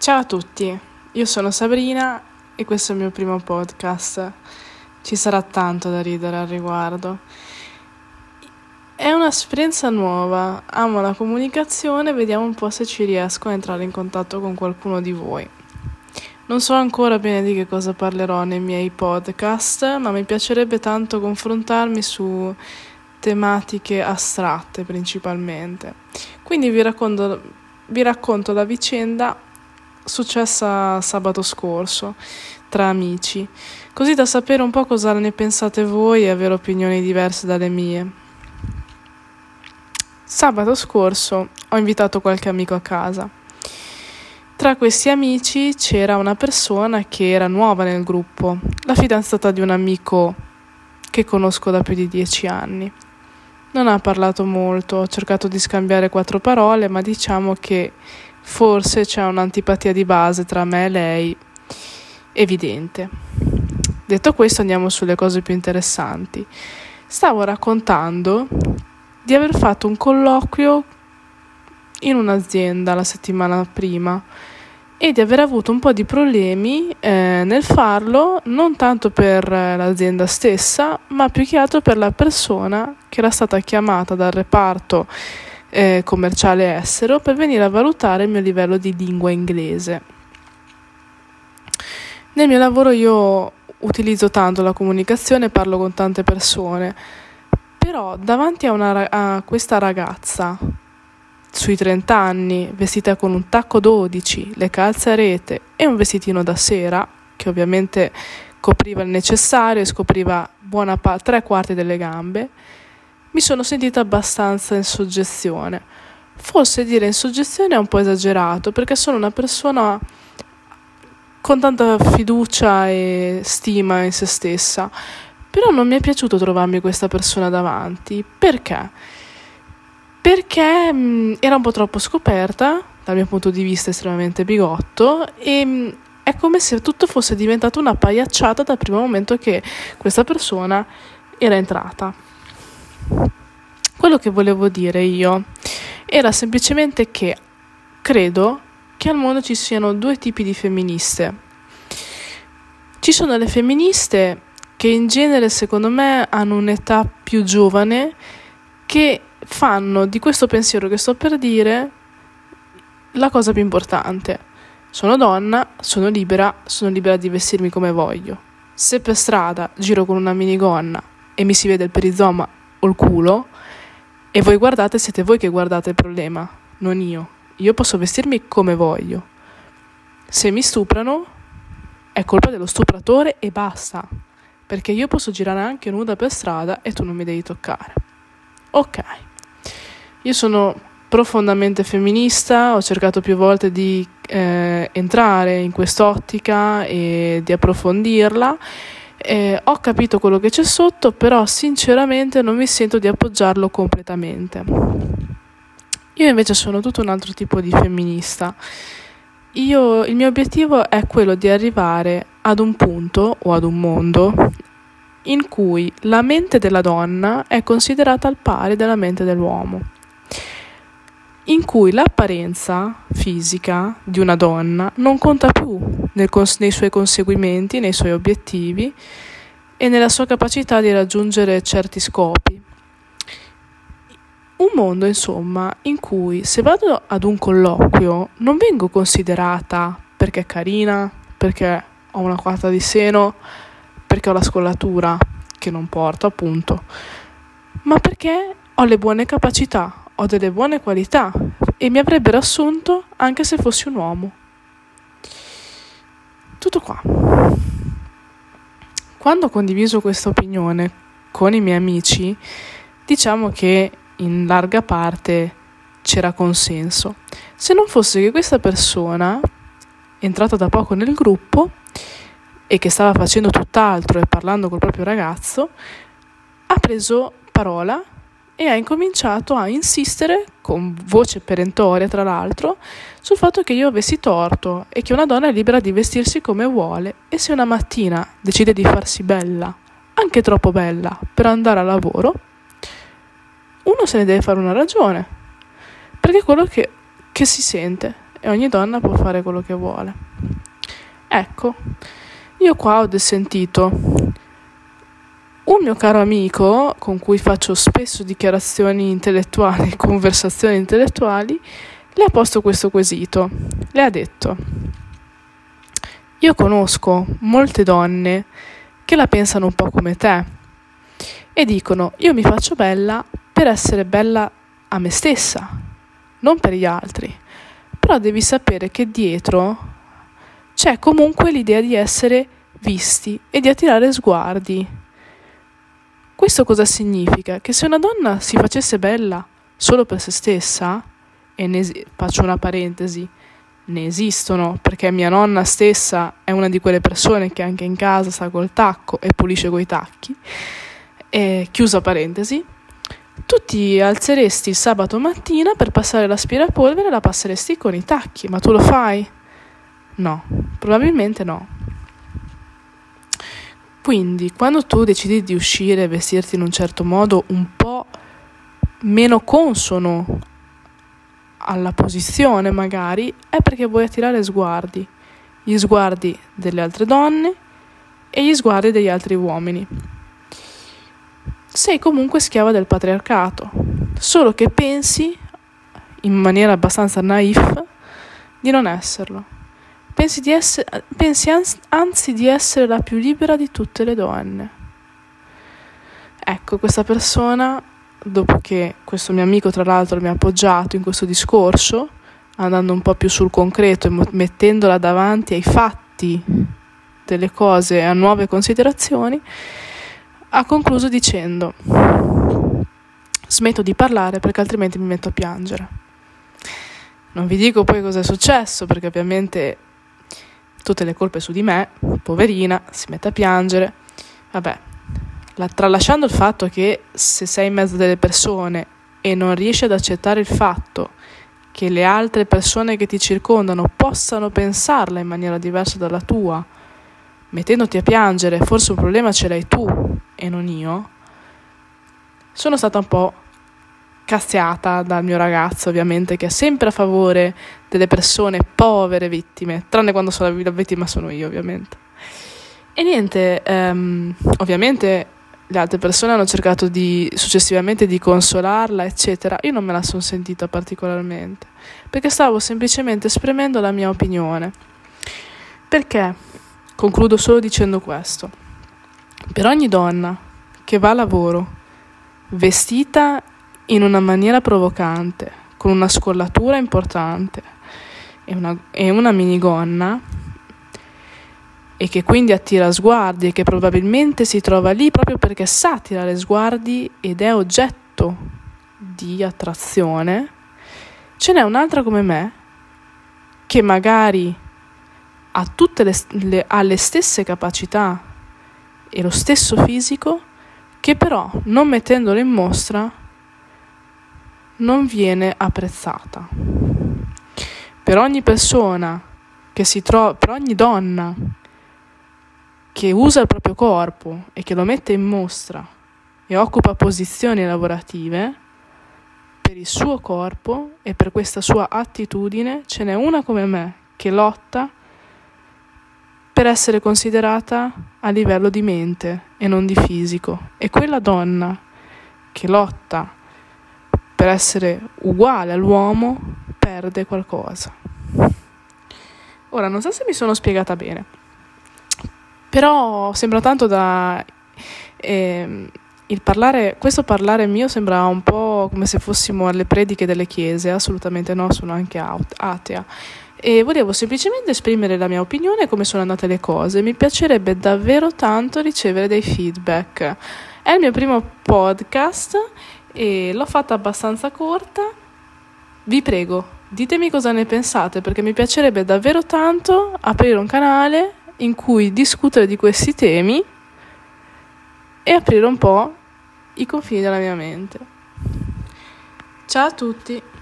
Ciao a tutti, io sono Sabrina e questo è il mio primo podcast. Ci sarà tanto da ridere al riguardo. È un'esperienza nuova, amo la comunicazione, vediamo un po' se ci riesco a entrare in contatto con qualcuno di voi. Non so ancora bene di che cosa parlerò nei miei podcast, ma mi piacerebbe tanto confrontarmi su tematiche astratte principalmente. Quindi vi racconto la vicenda successa sabato scorso tra amici, così da sapere un po' cosa ne pensate voi e avere opinioni diverse dalle mie. Sabato scorso ho invitato qualche amico a casa. Tra questi amici c'era una persona che era nuova nel gruppo, la fidanzata di un amico che conosco da più di 10 anni. Non ha parlato molto, ho cercato di scambiare 4 parole, ma diciamo che forse c'è un'antipatia di base tra me e lei, evidente. Detto questo, andiamo sulle cose più interessanti. Stavo raccontando di aver fatto un colloquio in un'azienda la settimana prima e di aver avuto un po' di problemi nel farlo, non tanto per l'azienda stessa, ma più che altro per la persona che era stata chiamata dal reparto commerciale estero per venire a valutare il mio livello di lingua inglese. Nel mio lavoro io utilizzo tanto la comunicazione, parlo con tante persone, però davanti a questa ragazza sui 30 anni, vestita con un tacco 12, le calze a rete e un vestitino da sera, che ovviamente copriva il necessario e scopriva 3/4 delle gambe, mi sono sentita abbastanza in soggezione. Forse dire in soggezione è un po' esagerato, perché sono una persona con tanta fiducia e stima in se stessa, però non mi è piaciuto trovarmi questa persona davanti. Perché? Perché era un po' troppo scoperta, dal mio punto di vista estremamente bigotto, e è come se tutto fosse diventato una pagliacciata dal primo momento che questa persona era entrata. Quello che volevo dire io era semplicemente che credo che al mondo ci siano 2 tipi di femministe. Ci sono le femministe che in genere, secondo me, hanno un'età più giovane, che fanno di questo pensiero che sto per dire la cosa più importante. Sono donna, sono libera di vestirmi come voglio. Se per strada giro con una minigonna e mi si vede il perizoma o il culo, e voi guardate, siete voi che guardate il problema, non io. Io posso vestirmi come voglio. Se mi stuprano è colpa dello stupratore e basta, perché io posso girare anche nuda per strada e tu non mi devi toccare. Ok, io sono profondamente femminista, ho cercato più volte di entrare in quest'ottica e di approfondirla. Ho capito quello che c'è sotto, però sinceramente non mi sento di appoggiarlo completamente. Io invece sono tutto un altro tipo di femminista. Il mio obiettivo è quello di arrivare ad un punto o ad un mondo in cui la mente della donna è considerata al pari della mente dell'uomo, in cui l'apparenza fisica di una donna non conta più nei suoi conseguimenti, nei suoi obiettivi e nella sua capacità di raggiungere certi scopi. Un mondo, insomma, in cui se vado ad un colloquio non vengo considerata perché è carina, perché ho una quarta di seno, perché ho la scollatura, che non porto appunto, ma perché ho le buone capacità, ho delle buone qualità e mi avrebbero assunto anche se fossi un uomo. Tutto qua. Quando ho condiviso questa opinione con i miei amici, diciamo che in larga parte c'era consenso. Se non fosse che questa persona, entrata da poco nel gruppo e che stava facendo tutt'altro e parlando col proprio ragazzo, ha preso parola e ha incominciato a insistere, con voce perentoria tra l'altro, sul fatto che io avessi torto e che una donna è libera di vestirsi come vuole, e se una mattina decide di farsi bella, anche troppo bella, per andare a lavoro, uno se ne deve fare una ragione, perché è quello che si sente e ogni donna può fare quello che vuole. Ecco, io qua ho sentito un mio caro amico con cui faccio spesso dichiarazioni intellettuali, conversazioni intellettuali, le ha posto questo quesito. Le ha detto: io conosco molte donne che la pensano un po' come te e dicono: io mi faccio bella per essere bella a me stessa, non per gli altri. Però devi sapere che dietro c'è comunque l'idea di essere visti e di attirare sguardi. Questo cosa significa? Che se una donna si facesse bella solo per se stessa, e faccio una parentesi, ne esistono, perché mia nonna stessa è una di quelle persone che anche in casa sta col tacco e pulisce coi tacchi, e chiusa parentesi, tu ti alzeresti il sabato mattina per passare l'aspirapolvere e la passeresti con i tacchi, ma tu lo fai? No, probabilmente no. Quindi quando tu decidi di uscire e vestirti in un certo modo un po' meno consono alla posizione magari, è perché vuoi attirare sguardi, gli sguardi delle altre donne e gli sguardi degli altri uomini. Sei comunque schiava del patriarcato, solo che pensi, in maniera abbastanza naif, di non esserlo. Pensi anzi di essere la più libera di tutte le donne. Ecco, questa persona, dopo che questo mio amico tra l'altro mi ha appoggiato in questo discorso, andando un po' più sul concreto e mettendola davanti ai fatti delle cose e a nuove considerazioni, ha concluso dicendo: smetto di parlare perché altrimenti mi metto a piangere. Non vi dico poi cosa è successo, perché ovviamente tutte le colpe su di me, poverina, si mette a piangere. Vabbè, tralasciando il fatto che se sei in mezzo a delle persone e non riesci ad accettare il fatto che le altre persone che ti circondano possano pensarla in maniera diversa dalla tua, mettendoti a piangere, forse un problema ce l'hai tu e non io, sono stata un po' cazziata dal mio ragazzo, ovviamente, che è sempre a favore delle persone povere vittime, tranne quando la vittima sono io, ovviamente. E niente, ovviamente le altre persone hanno cercato successivamente di consolarla, eccetera. Io non me la sono sentita particolarmente, perché stavo semplicemente esprimendo la mia opinione. Perché? Concludo solo dicendo questo: per ogni donna che va a lavoro vestita in una maniera provocante, con una scollatura importante e una minigonna, e che quindi attira sguardi e che probabilmente si trova lì proprio perché sa attirare sguardi ed è oggetto di attrazione, ce n'è un'altra come me che magari ha ha le stesse capacità e lo stesso fisico, che però, non mettendolo in mostra, non viene apprezzata. Per ogni persona per ogni donna che usa il proprio corpo e che lo mette in mostra e occupa posizioni lavorative per il suo corpo e per questa sua attitudine, ce n'è una come me che lotta per essere considerata a livello di mente e non di fisico, e quella donna che lotta per essere uguale all'uomo perde qualcosa. Ora, non so se mi sono spiegata bene, però sembra tanto questo parlare mio sembra un po' come se fossimo alle prediche delle chiese. Assolutamente no, sono anche atea. E volevo semplicemente esprimere la mia opinione, come sono andate le cose. Mi piacerebbe davvero tanto ricevere dei feedback. È il mio primo podcast e l'ho fatta abbastanza corta. Vi prego, ditemi cosa ne pensate, perché mi piacerebbe davvero tanto aprire un canale in cui discutere di questi temi e aprire un po' i confini della mia mente. Ciao a tutti!